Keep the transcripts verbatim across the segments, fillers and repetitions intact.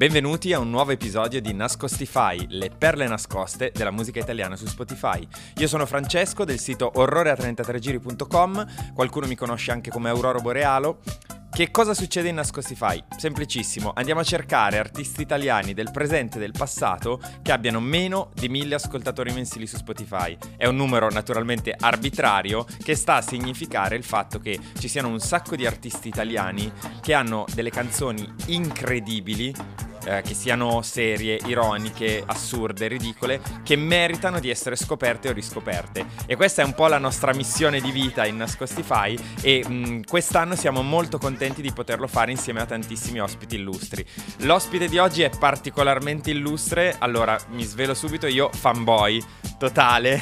Benvenuti a un nuovo episodio di Nascostify, le perle nascoste della musica italiana su Spotify. Io sono Francesco del sito orrore a trentatré giri punto com, qualcuno mi conosce anche come Aurora Borealo. Che cosa succede in Nascostify? Semplicissimo, andiamo a cercare artisti italiani del presente e del passato che abbiano meno di mille ascoltatori mensili su Spotify. È un numero naturalmente arbitrario che sta a significare il fatto che ci siano un sacco di artisti italiani che hanno delle canzoni incredibili, Eh, che siano serie, ironiche, assurde, ridicole, che meritano di essere scoperte o riscoperte. E questa è un po' la nostra missione di vita in Nascostify e mh, quest'anno siamo molto contenti di poterlo fare insieme a tantissimi ospiti illustri. L'ospite di oggi è particolarmente illustre, allora mi svelo subito, io fanboy totale.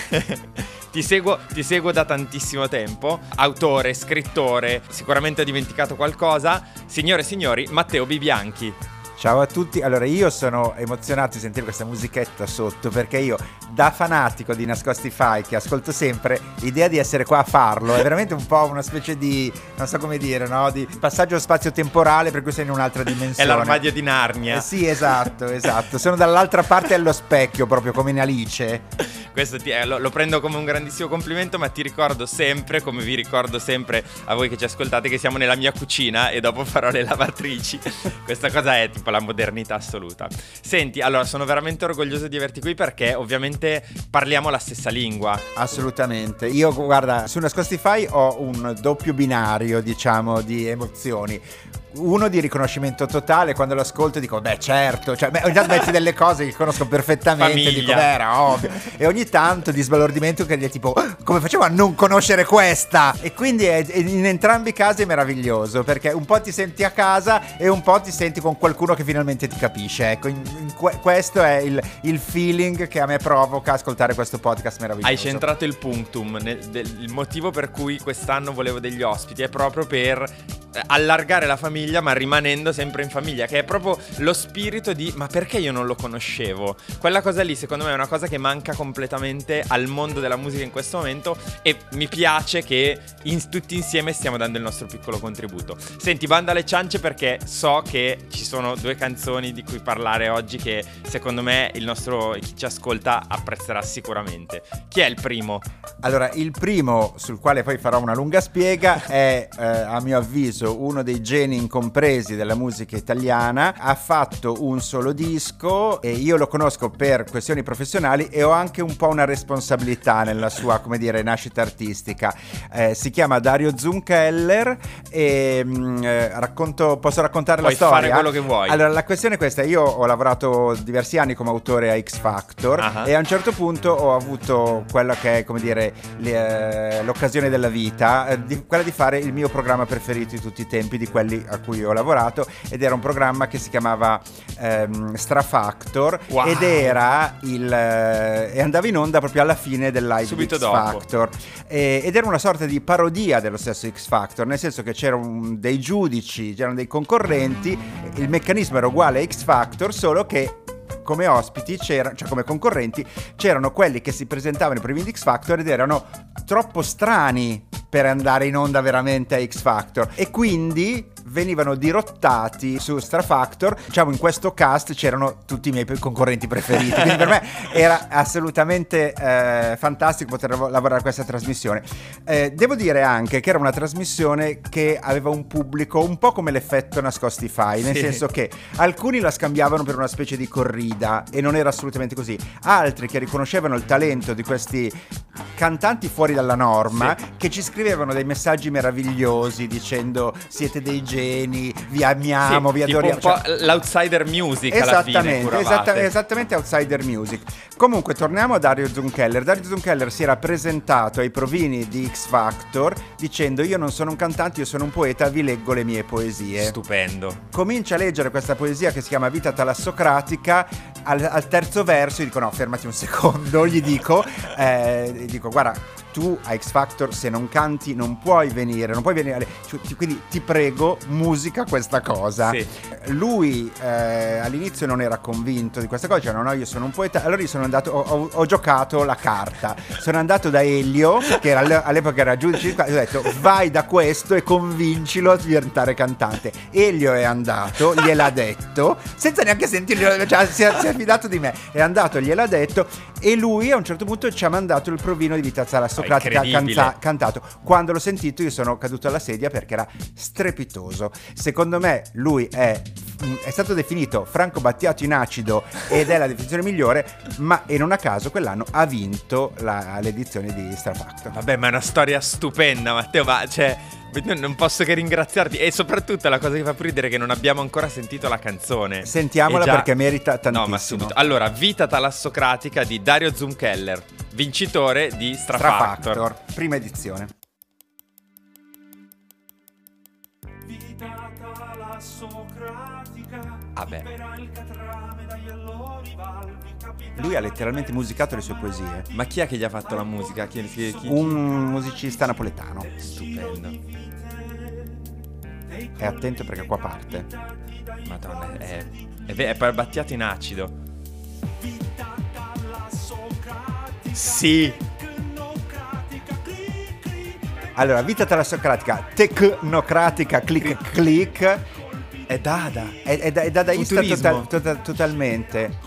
Ti seguo, ti seguo da tantissimo tempo, autore, scrittore, sicuramente ho dimenticato qualcosa. Signore e signori, Matteo Bibianchi. Ciao a tutti, allora io sono emozionato di sentire questa musichetta sotto perché io da fanatico di Nascostify che ascolto sempre, l'idea di essere qua a farlo è veramente un po' una specie di, non so come dire, no? Di passaggio spazio-temporale per cui sei in un'altra dimensione. È l'armadio di Narnia. Eh sì, esatto, esatto, sono dall'altra parte allo specchio proprio come in Alice. Questo ti, eh, lo, lo prendo come un grandissimo complimento, ma ti ricordo sempre, come vi ricordo sempre a voi che ci ascoltate, che siamo nella mia cucina e dopo farò le lavatrici. Questa cosa è tipo la modernità assoluta. Senti, allora sono veramente orgoglioso di averti qui perché ovviamente parliamo la stessa lingua. Assolutamente. Io guarda, su Nascostify ho un doppio binario, diciamo, di emozioni. Uno di riconoscimento totale, quando lo ascolto dico beh certo, cioè beh, ogni tanto metti delle cose che conosco perfettamente. Famiglia. Dico beh era ovvio. E ogni tanto di sbalordimento che è tipo come facevo a non conoscere questa? E quindi è, in entrambi i casi è meraviglioso perché un po' ti senti a casa e un po' ti senti con qualcuno che finalmente ti capisce. Ecco, in, in que- questo è il, il feeling che a me provoca ascoltare questo podcast meraviglioso. Hai centrato il punctum nel, del, il motivo per cui quest'anno volevo degli ospiti è proprio per allargare la famiglia ma rimanendo sempre in famiglia, che è proprio lo spirito di ma perché io non lo conoscevo. Quella cosa lì secondo me è una cosa che manca completamente al mondo della musica in questo momento e mi piace che in, tutti insieme stiamo dando il nostro piccolo contributo. Senti, banda alle ciance perché so che ci sono due canzoni di cui parlare oggi che secondo me il nostro, chi ci ascolta apprezzerà sicuramente. Chi è il primo? Allora, il primo sul quale poi farò una lunga spiega è eh, a mio avviso uno dei geni incompresi della musica italiana. Ha fatto un solo disco e io lo conosco per questioni professionali e ho anche un po' una responsabilità nella sua, come dire, nascita artistica. Eh, si chiama Dario Zunkeller e mh, eh, racconto, posso raccontare Puoi la storia? Puoi fare quello che vuoi. Allora, la questione è questa: io ho lavorato diversi anni come autore a X Factor uh-huh. e a un certo punto ho avuto quella che è, come dire, le, eh, l'occasione della vita, eh, di, quella di fare il mio programma preferito di tutti i tempi, di quelli a cui ho lavorato, ed era un programma che si chiamava ehm, Strafactor. Wow. Ed era il eh, e andava in onda proprio alla fine del live subito X dopo. Factor e, ed era una sorta di parodia dello stesso X Factor, nel senso che c'erano dei giudici, c'erano dei concorrenti, il meccanismo era uguale a X Factor, solo che come ospiti c'erano, cioè come concorrenti c'erano quelli che si presentavano ai primi di X Factor ed erano troppo strani per andare in onda veramente a X Factor e quindi venivano dirottati su Strafactor. Diciamo, in questo cast c'erano tutti i miei concorrenti preferiti, quindi per me era assolutamente eh, fantastico poter lavorare a questa trasmissione. Eh, devo dire anche che era una trasmissione che aveva un pubblico un po' come l'effetto Nascostify, nel sì. senso che alcuni la scambiavano per una specie di corrida e non era assolutamente così, altri che riconoscevano il talento di questi cantanti fuori dalla norma sì. che ci scrivevano dei messaggi meravigliosi dicendo siete dei geni, vi amiamo, sì, vi adoriamo. Tipo un po' cioè, l'outsider music alla fine esatta, esattamente outsider music. Comunque torniamo a Dario Zunkeller. Dario Zunkeller si era presentato ai provini di X Factor dicendo io non sono un cantante, io sono un poeta, vi leggo le mie poesie. Stupendo. Comincia a leggere questa poesia che si chiama Vita talassocratica. Al, al terzo verso gli dico no, fermati un secondo, gli dico eh, dico guarda, tu a X Factor se non canti non puoi venire, non puoi venire, cioè, ti, quindi ti prego, musica questa cosa. Sì. Lui eh, all'inizio non era convinto di questa cosa, cioè no, no, io sono un poeta. Allora io sono andato, ho, ho, ho giocato la carta, sono andato da Elio, che era, all'epoca era giudice, e ho detto vai da questo e convincilo a diventare cantante. Elio è andato, gliel'ha detto, senza neanche sentirlo, cioè si è, si è fidato di me, è andato, gliel'ha detto, e lui a un certo punto ci ha mandato il provino di Vita Talassocratica canza, cantato. Quando l'ho sentito io sono caduto alla sedia perché era strepitoso. Secondo me lui è è stato definito Franco Battiato in acido ed è la definizione migliore, ma e non a caso quell'anno ha vinto la, l'edizione di Star Factor. Vabbè, ma è una storia stupenda, Matteo, ma cioè non posso che ringraziarti, e soprattutto la cosa che fa più ridere è che non abbiamo ancora sentito la canzone. Sentiamola già... perché merita tantissimo. No, ma subito. Allora, Vita Talassocratica di Dario Zumkeller, vincitore di Star, Star Factor. Factor, prima edizione. Vabbè. Lui ha letteralmente musicato le sue poesie. Ma chi è che gli ha fatto la musica? Chi, chi, chi? Un musicista napoletano. Stupendo. E attento perché qua parte. Madonna, è, è, è, è Battiato in acido. Sì. Allora, Vita Talassocratica, tecnocratica, click click. È Dada. È, è, è dadaista total, total, totalmente.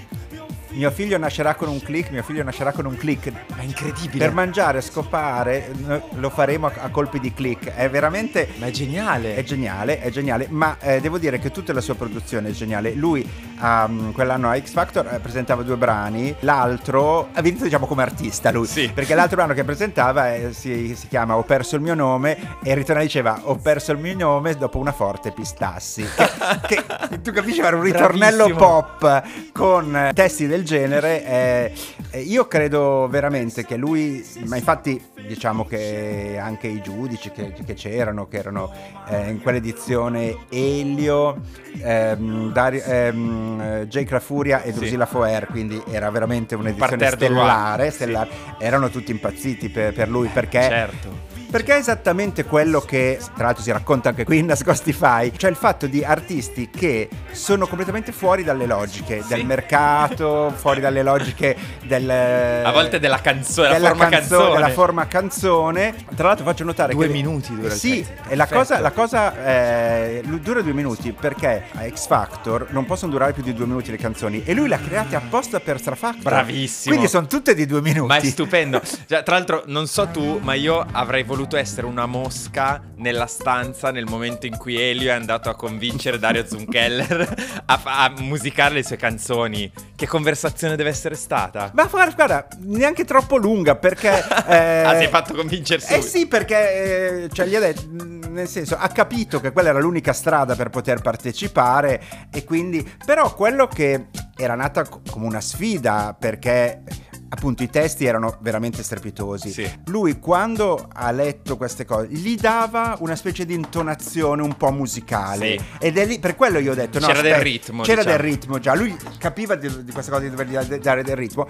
Mio figlio nascerà con un click, mio figlio nascerà con un click. È incredibile. Per mangiare, scopare, lo faremo a, a colpi di click. È veramente... Ma è geniale. È geniale, è geniale. Ma eh, devo dire che tutta la sua produzione è geniale. Lui, um, quell'anno a X Factor, eh, presentava due brani. L'altro, ha vinto diciamo come artista lui. Sì. Perché l'altro brano che presentava eh, si, si chiama Ho perso il mio nome. E il ritornale diceva Ho perso il mio nome dopo una forte pistassi. Che, che tu capisci, era un ritornello Bravissimo. Pop con testi del genere. eh, io credo veramente che lui, ma infatti diciamo che anche i giudici che, che c'erano, che erano eh, in quell'edizione Elio, ehm, Dario, ehm, Jake La Furia e Drusilla sì. Foer, quindi era veramente un'edizione stellare, stellare. Sì. Erano tutti impazziti per, per lui perché certo. Perché è esattamente quello che, tra l'altro si racconta anche qui in Nascostify, cioè il fatto di artisti che sono completamente fuori dalle logiche sì. del mercato, fuori dalle logiche del... A volte della canzone, della forma canzo- canzone. Della forma canzone. Tra l'altro faccio notare due che... Due minuti dura il Sì, pezzo. e la cosa, la cosa eh, dura due minuti perché a X Factor non possono durare più di due minuti le canzoni e lui le ha create apposta per Star Factor. Bravissimo. Quindi sono tutte di due minuti. Ma è stupendo. Cioè, tra l'altro non so tu, ma io avrei voluto essere una mosca nella stanza nel momento in cui Elio è andato a convincere Dario Zumkeller a, a musicare le sue canzoni. Che conversazione deve essere stata? Ma guarda, guarda neanche troppo lunga perché eh, ah, si è fatto convincere subito. Eh sì, perché eh, cioè, gli ha detto, nel senso, ha capito che quella era l'unica strada per poter partecipare e quindi, però quello che era nata come una sfida perché appunto i testi erano veramente strepitosi. Sì. Lui quando ha letto queste cose gli dava una specie di intonazione un po' musicale sì. ed è lì per quello io ho detto no, c'era aspetta, del ritmo c'era diciamo. del ritmo già, lui capiva di, di questa cosa di dover dare del ritmo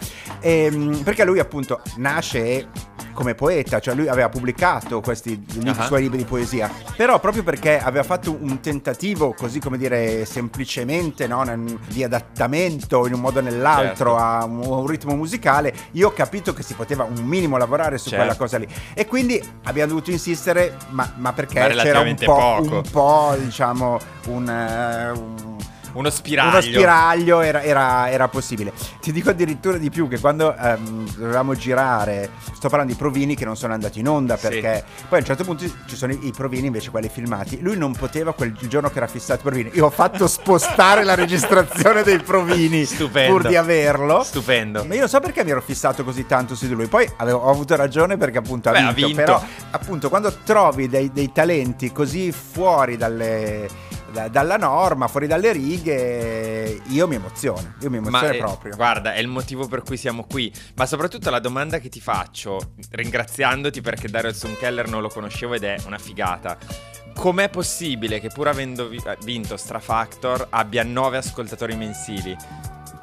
e, perché lui appunto nasce come poeta, cioè lui aveva pubblicato questi uh-huh. suoi libri di poesia, però proprio perché aveva fatto un tentativo così come dire semplicemente no, di adattamento in un modo o nell'altro certo. a un, un ritmo musicale, io ho capito che si poteva un minimo lavorare su certo. quella cosa lì e quindi abbiamo dovuto insistere ma, ma perché ma c'era un po', poco. un po' diciamo un, uh, un Uno spiraglio. Uno spiraglio era, era, era possibile. Ti dico addirittura di più che quando um, dovevamo girare, sto parlando di provini che non sono andati in onda perché sì. poi a un certo punto ci sono i, i provini invece quelli filmati. Lui non poteva quel il giorno che era fissato i provini. Io ho fatto spostare la registrazione dei provini Stupendo. pur di averlo. Stupendo. Ma io non so perché mi ero fissato così tanto su di lui. Poi avevo, ho avuto ragione perché appunto ha, Beh, vinto, ha vinto. Però appunto quando trovi dei, dei talenti così fuori dalle... Da, dalla norma, fuori dalle righe, io mi emoziono, io mi emoziono Ma, proprio. Eh, guarda, è il motivo per cui siamo qui. Ma soprattutto la domanda che ti faccio, ringraziandoti perché Dario Zumkeller non lo conoscevo ed è una figata. Com'è possibile che pur avendo vi- vinto Star Factor abbia nove ascoltatori mensili?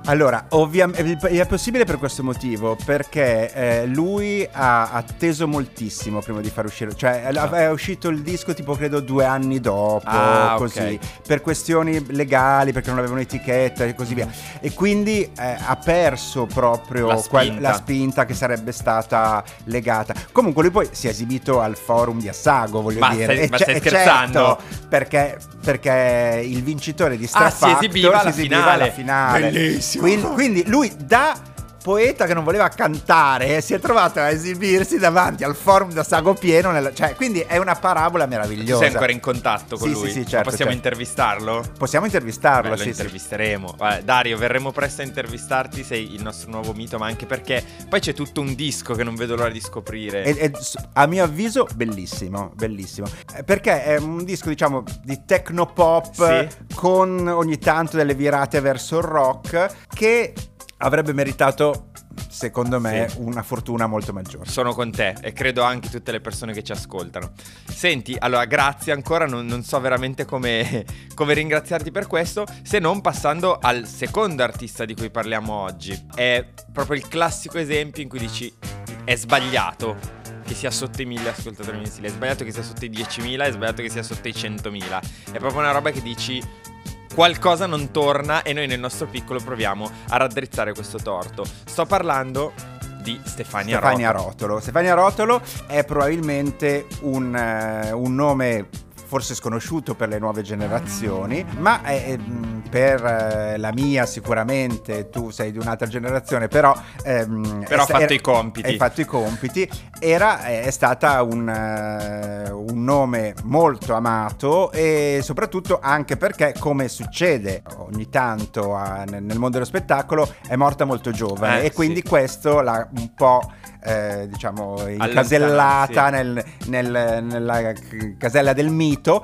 Allora, ovviamente è possibile per questo motivo, perché eh, lui ha atteso moltissimo prima di far uscire, cioè Ah. è uscito il disco tipo credo due anni dopo, Ah, così, ok. per questioni legali, perché non avevano etichetta e così via. E quindi eh, ha perso proprio La quel- spinta. la spinta che sarebbe stata legata. Comunque lui poi si è esibito al forum di Assago, voglio Ma dire. stai- E ma ce- stai e scherzando? certo, perché, perché il vincitore di Ah, Star si Factor esibiva alla si esibiva finale. alla finale. Bellissimo. Quindi, quindi lui da poeta che non voleva cantare si è trovato a esibirsi davanti al forum da Sago pieno, nella- cioè, quindi è una parabola Tu meravigliosa. sei ancora in contatto con Sì, lui? sì, sì, Ma certo, possiamo certo. intervistarlo? Possiamo intervistarlo, Beh, lo sì, sì. intervisteremo. Vabbè, Dario, verremo presto a intervistarti, sei il nostro nuovo mito, ma anche perché poi c'è tutto un disco che non vedo l'ora di scoprire. E- e s- a mio avviso bellissimo, bellissimo. Eh, Perché è un disco, diciamo, di technopop Sì. con ogni tanto delle virate verso il rock che avrebbe meritato, secondo me, Sì. una fortuna molto maggiore. Sono con te e credo anche tutte le persone che ci ascoltano. Senti, allora grazie ancora, non, non so veramente come, come ringraziarti per questo, se non passando al secondo artista di cui parliamo oggi. È proprio il classico esempio in cui dici è sbagliato che sia sotto i mille ascoltatori mensili, è sbagliato che sia sotto i diecimila, è sbagliato che sia sotto i centomila. È proprio una roba che dici qualcosa non torna e noi nel nostro piccolo proviamo a raddrizzare questo torto. Sto parlando di Stefania, Stefania Rotolo. Rotolo. Stefania Rotolo è probabilmente un, eh, un nome forse sconosciuto per le nuove generazioni, ma è, è, mh, per eh, la mia sicuramente, tu sei di un'altra generazione, però... ehm, Però è ha sta- fatto era- i compiti. Hai fatto i compiti. Era, è stata un, eh, un nome molto amato e soprattutto anche perché, come succede ogni tanto a- nel nel mondo dello spettacolo, è morta molto giovane Eh, e quindi sì. questo l'ha un po'... eh, diciamo incasellata nel, nel- nella c- casella del mito,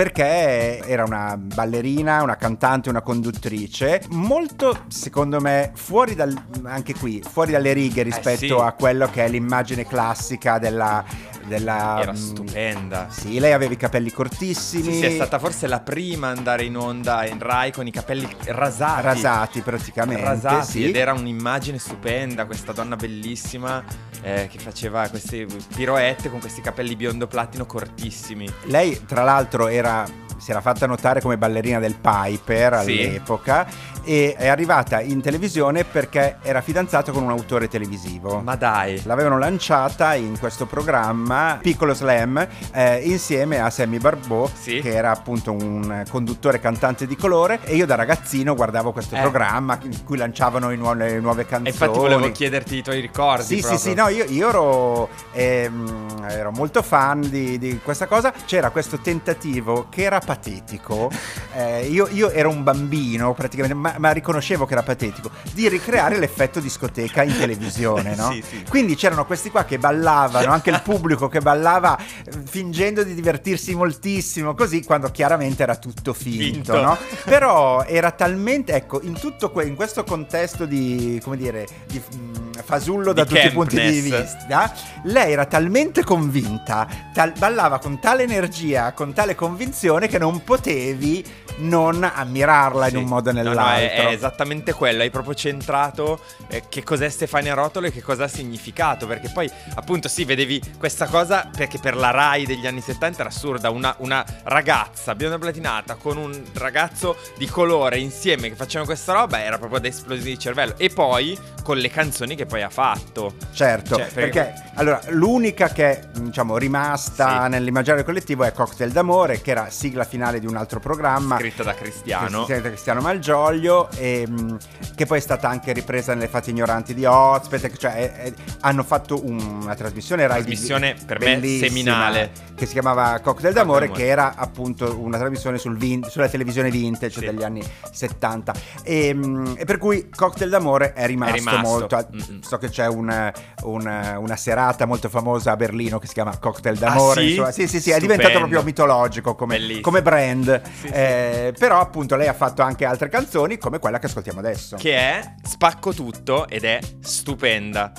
perché era una ballerina, una cantante, una conduttrice molto, secondo me, fuori dal, anche qui fuori dalle righe rispetto sì. a quello che è l'immagine classica della, della Era mh, stupenda. sì, lei aveva i capelli cortissimi, Sì, sì, è stata forse la prima a andare in onda in Rai con i capelli rasati. rasati praticamente, Rasati, sì. ed era un'immagine stupenda, questa donna bellissima eh, che faceva queste piroette con questi capelli biondo platino cortissimi. Lei tra l'altro era, si era fatta notare come ballerina del Piper Sì. all'epoca e è arrivata in televisione perché era fidanzata con un autore televisivo. Ma dai. L'avevano lanciata in questo programma Piccolo Slam eh, insieme a Sammy Barbeau, Sì. che era appunto un conduttore cantante di colore, e io da ragazzino guardavo questo Eh. programma in cui lanciavano i nuo- le nuove canzoni. E infatti volevo chiederti i tuoi ricordi. Sì, sì, proprio. sì, no, io, io ero, ehm, ero molto fan di, di questa cosa. C'era questo tentativo che era patetico. Eh, io, io ero un bambino praticamente, ma, ma riconoscevo che era patetico, di ricreare l'effetto discoteca in televisione, no? Sì, sì. Quindi c'erano questi qua che ballavano, anche il pubblico che ballava eh, fingendo di divertirsi moltissimo, così, quando chiaramente era tutto finto, Finto. no? Però era talmente, ecco, in tutto que- in questo contesto di, come dire, di mh, fasullo da Di tutti i punti di campness. vista, lei era talmente convinta, tal- ballava con tale energia, con tale convinzione, che non potevi non ammirarla in Sì. un modo o No, no, nell'altro. è, è esattamente quello. Hai proprio centrato eh, che cos'è Stefania Rotolo e che cosa ha significato. Perché poi, appunto, sì, vedevi questa cosa perché per la Rai degli anni settanta era assurda. Una, una ragazza bionda platinata con un ragazzo di colore insieme che facevano questa roba, era proprio da esplosione di cervello. E poi con le canzoni che poi ha fatto. Certo, Cioè, perché- perché allora l'unica che è, diciamo, rimasta Sì. nell'immaginario collettivo è Cocktail d'amore, che era sigla finale di un altro programma Scritta da Cristiano. Cristiano, Cristiano Malgioglio, e, mh, che poi è stata anche ripresa nelle Fate ignoranti di Ozpet, cioè è- è- hanno fatto un- una trasmissione Rai Trasmissione di- per me bellissima, seminale, che si chiamava Cocktail d'amore, d'amore. che era appunto una trasmissione sul vin- sulla televisione vintage Sì. degli anni settanta, e, mh, e per cui Cocktail d'amore è rimasto, È rimasto. molto a- Mm-mm. so che c'è un- un- una serata molto famosa a Berlino che si chiama Cocktail d'amore, Ah, sì? insomma, sì sì sì, è Stupendo. diventato proprio mitologico come, Bellissimo. come brand. Sì, sì. Eh, però appunto lei ha fatto anche altre canzoni come quella che ascoltiamo adesso. Che è Spacco tutto ed è stupenda.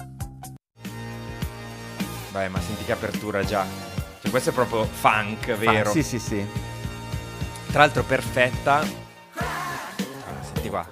Vai, ma senti che apertura già. Cioè, questo è proprio funk, vero? Ah, sì sì sì. Tra l'altro perfetta. Allora, senti qua.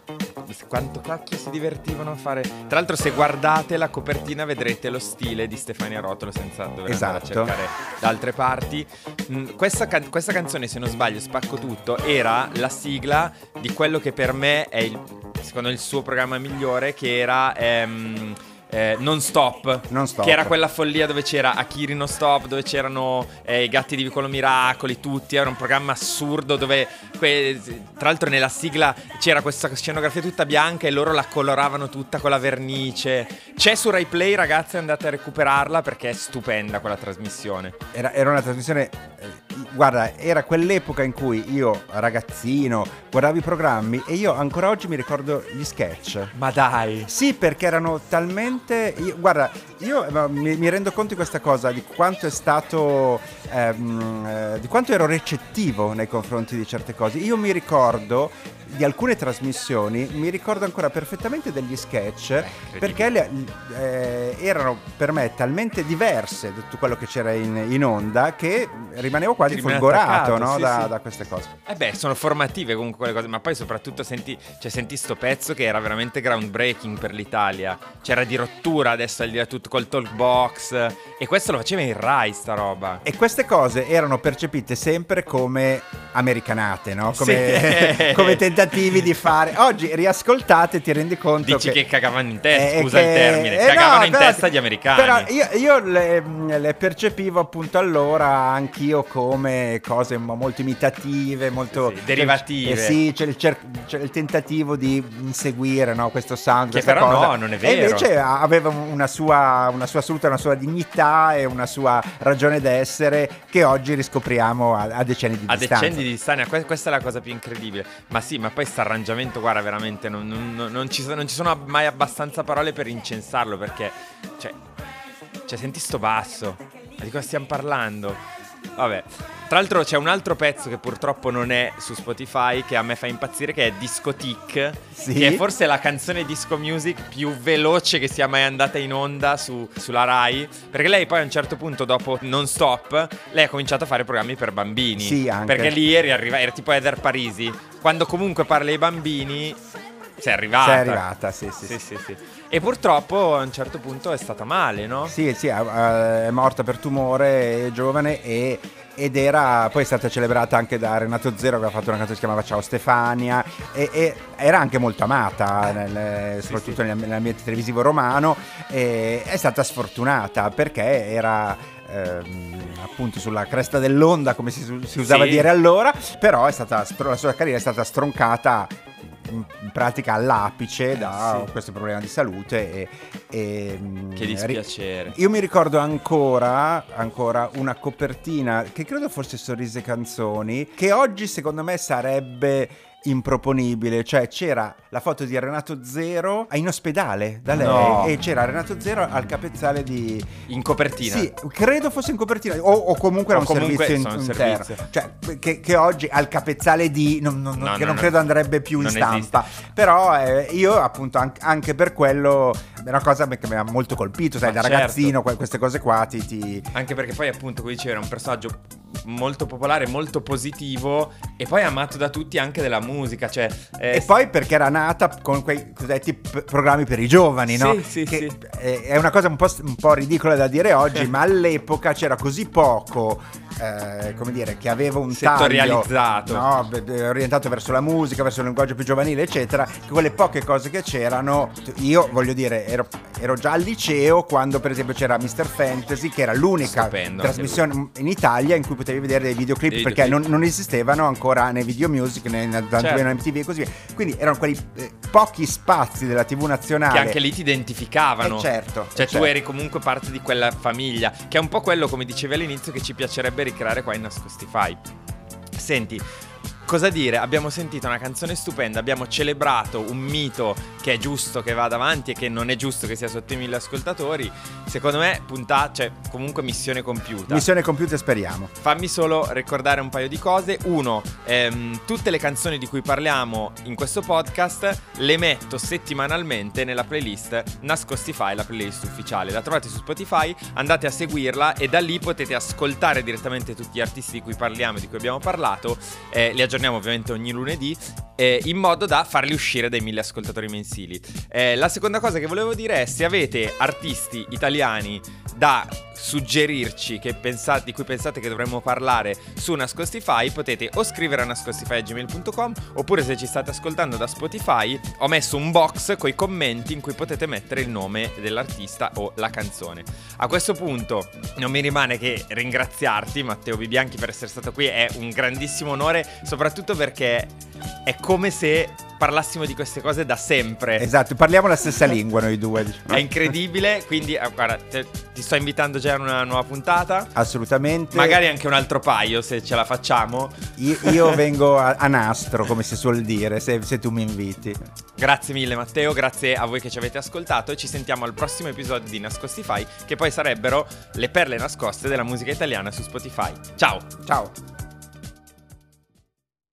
quanto cacchio si divertivano a fare. Tra l'altro, se guardate la copertina vedrete lo stile di Stefania Rotolo senza dover esatto. andare a cercare da altre parti. Mm, questa, can- questa canzone, se non sbaglio, Spacco Tutto, era la sigla di quello che per me è il, secondo il suo programma migliore, che era ehm, Eh, non stop, non stop, che era quella follia dove c'era Akiri Non Stop, dove c'erano eh, i Gatti di Vicolo Miracoli, tutti. Era un programma assurdo dove que- tra l'altro nella sigla c'era questa scenografia tutta bianca e loro la coloravano tutta con la vernice. C'è su Rai Play, ragazzi, andate a recuperarla perché è stupenda quella trasmissione. Era, era una trasmissione, eh, guarda, era quell'epoca in cui io, ragazzino, guardavo i programmi e io ancora oggi mi ricordo gli sketch. Ma dai! Sì, perché erano talmente... Io, guarda, io eh, mi, mi rendo conto di questa cosa, di quanto è stato... Ehm, eh, di quanto ero recettivo nei confronti di certe cose. Io mi ricordo di alcune trasmissioni, mi ricordo ancora perfettamente degli sketch, Beh, perché le, eh, erano per me talmente diverse da tutto quello che c'era in, in onda, che rimanevo quasi Ti rimane folgorato, attaccato, no? sì, da, sì. da queste cose. Eh beh, sono formative comunque quelle cose, ma poi soprattutto senti, cioè senti sto pezzo che era veramente groundbreaking per l'Italia. C'era di rottura adesso al di là tutto col talk box, e questo lo faceva in Rai sta roba. E queste cose erano percepite sempre come americanate, no? Come, sì. come tentativi di fare. Oggi riascoltate ti rendi conto Dici che, che cagavano in testa, eh, scusa che, il termine, eh, cagavano no, in però, testa gli americani. Però io, io le, le percepivo appunto allora anch'io come cose molto imitative, molto sì, derivative. Eh, sì, c'è il, cer- c'è il tentativo di inseguire, no, questo sound, che questa però cosa. no, non è vero. E invece aveva una sua, una sua assoluta, una sua dignità e una sua ragione d'essere che oggi riscopriamo a, a decenni di a distanza. decenni di distanza. Questa è la cosa più incredibile. Ma sì, ma poi sto arrangiamento, guarda, veramente non, non, non, ci, non ci sono mai abbastanza parole per incensarlo, perché cioè, cioè senti sto basso, ma di cosa stiamo parlando? Vabbè. Tra l'altro c'è un altro pezzo che purtroppo non è su Spotify, che a me fa impazzire, che è Discotique, sì? che è forse la canzone disco music più veloce che sia mai andata in onda su, sulla Rai, perché lei poi a un certo punto, dopo Non Stop, lei ha cominciato a fare programmi per bambini. Sì, anche. Perché lì eri arriva, era tipo Heather Parisi, quando comunque parla ai bambini sei arrivata. Sei arrivata, sì sì, sì, sì, sì, sì. E purtroppo a un certo punto è stata male, no? Sì, sì, è morta per tumore, è giovane e... ed era poi è stata celebrata anche da Renato Zero, che ha fatto una canzone che si chiamava Ciao Stefania, e, e era anche molto amata nel, soprattutto sì, sì. nell'ambiente televisivo romano, e è stata sfortunata perché era ehm, appunto sulla cresta dell'onda, come si, si usava sì. dire allora, però è stata, la sua carriera è stata stroncata in pratica all'apice da sì. questo problema di salute e, e che dispiacere. Io mi ricordo ancora ancora una copertina che credo fosse Sorrisi e Canzoni, che oggi secondo me sarebbe improponibile, cioè c'era la foto di Renato Zero in ospedale da lei, no. e c'era Renato Zero al capezzale di... in copertina. Sì, credo fosse in copertina o, o comunque era un comunque servizio in, interno, servizio. Cioè che, che oggi al capezzale di non, non, no, che no, non no, credo andrebbe più in stampa esiste. Però eh, io appunto anche, anche per quello è una cosa che mi ha molto colpito, sai, ma da certo. ragazzino queste cose qua ti, ti... anche perché poi appunto, come dicevi, era un personaggio molto popolare, molto positivo e poi amato da tutti anche della musica, cioè eh, e poi perché era nata con quei cosiddetti p- programmi per i giovani, no? Sì, sì, che sì. È, è una cosa un po', un po' ridicola da dire oggi, ma all'epoca c'era così poco, eh, come dire, che aveva un settorializzato, taglio, no? orientato verso la musica, verso il linguaggio più giovanile, eccetera. Che quelle poche cose che c'erano, io voglio dire, ero, ero già al liceo quando per esempio c'era mister Fantasy, che era l'unica Stupendo, trasmissione in Italia in cui potevi vedere dei videoclip, dei perché videoclip. Non, non esistevano ancora nei video music, né in certo. M T V e così via. Quindi erano quelli eh, pochi spazi della tivù nazionale che anche lì ti identificavano. Eh certo, Cioè eh tu certo. eri comunque parte di quella famiglia, che è un po' quello, come dicevi all'inizio, che ci piacerebbe ricreare qua in Nascostify. Senti, cosa dire? Abbiamo sentito una canzone stupenda, abbiamo celebrato un mito che è giusto che vada avanti e che non è giusto che sia sotto i mille ascoltatori. Secondo me puntata, cioè comunque missione compiuta. Missione compiuta, speriamo. Fammi solo ricordare un paio di cose. Uno, ehm, tutte le canzoni di cui parliamo in questo podcast le metto settimanalmente nella playlist Nascostify, la playlist ufficiale. La trovate su Spotify, andate a seguirla e da lì potete ascoltare direttamente tutti gli artisti di cui parliamo e di cui abbiamo parlato. Eh, li aggiorniamo aggiorniamo ovviamente ogni lunedì, eh, in modo da farli uscire dai mille ascoltatori mensili. Eh, la seconda cosa che volevo dire è: se avete artisti italiani da suggerirci che pensate, di cui pensate che dovremmo parlare su Nascostify, potete o scrivere a nascostify chiocciola gmail punto com, oppure se ci state ascoltando da Spotify ho messo un box coi commenti in cui potete mettere il nome dell'artista o la canzone. A questo punto non mi rimane che ringraziarti, Matteo Bibianchi, per essere stato qui. È un grandissimo onore, soprattutto perché è come se parlassimo di queste cose da sempre. Esatto, parliamo la stessa lingua noi due, diciamo. È incredibile, quindi eh, guarda, te, ti sto invitando già a una nuova puntata. Assolutamente. Magari anche un altro paio, se ce la facciamo. Io, io vengo a, a nastro, come si suol dire, se, se tu mi inviti. Grazie mille Matteo, grazie a voi che ci avete ascoltato, e ci sentiamo al prossimo episodio di Nascostify, che poi sarebbero le perle nascoste della musica italiana su Spotify. Ciao! Ciao!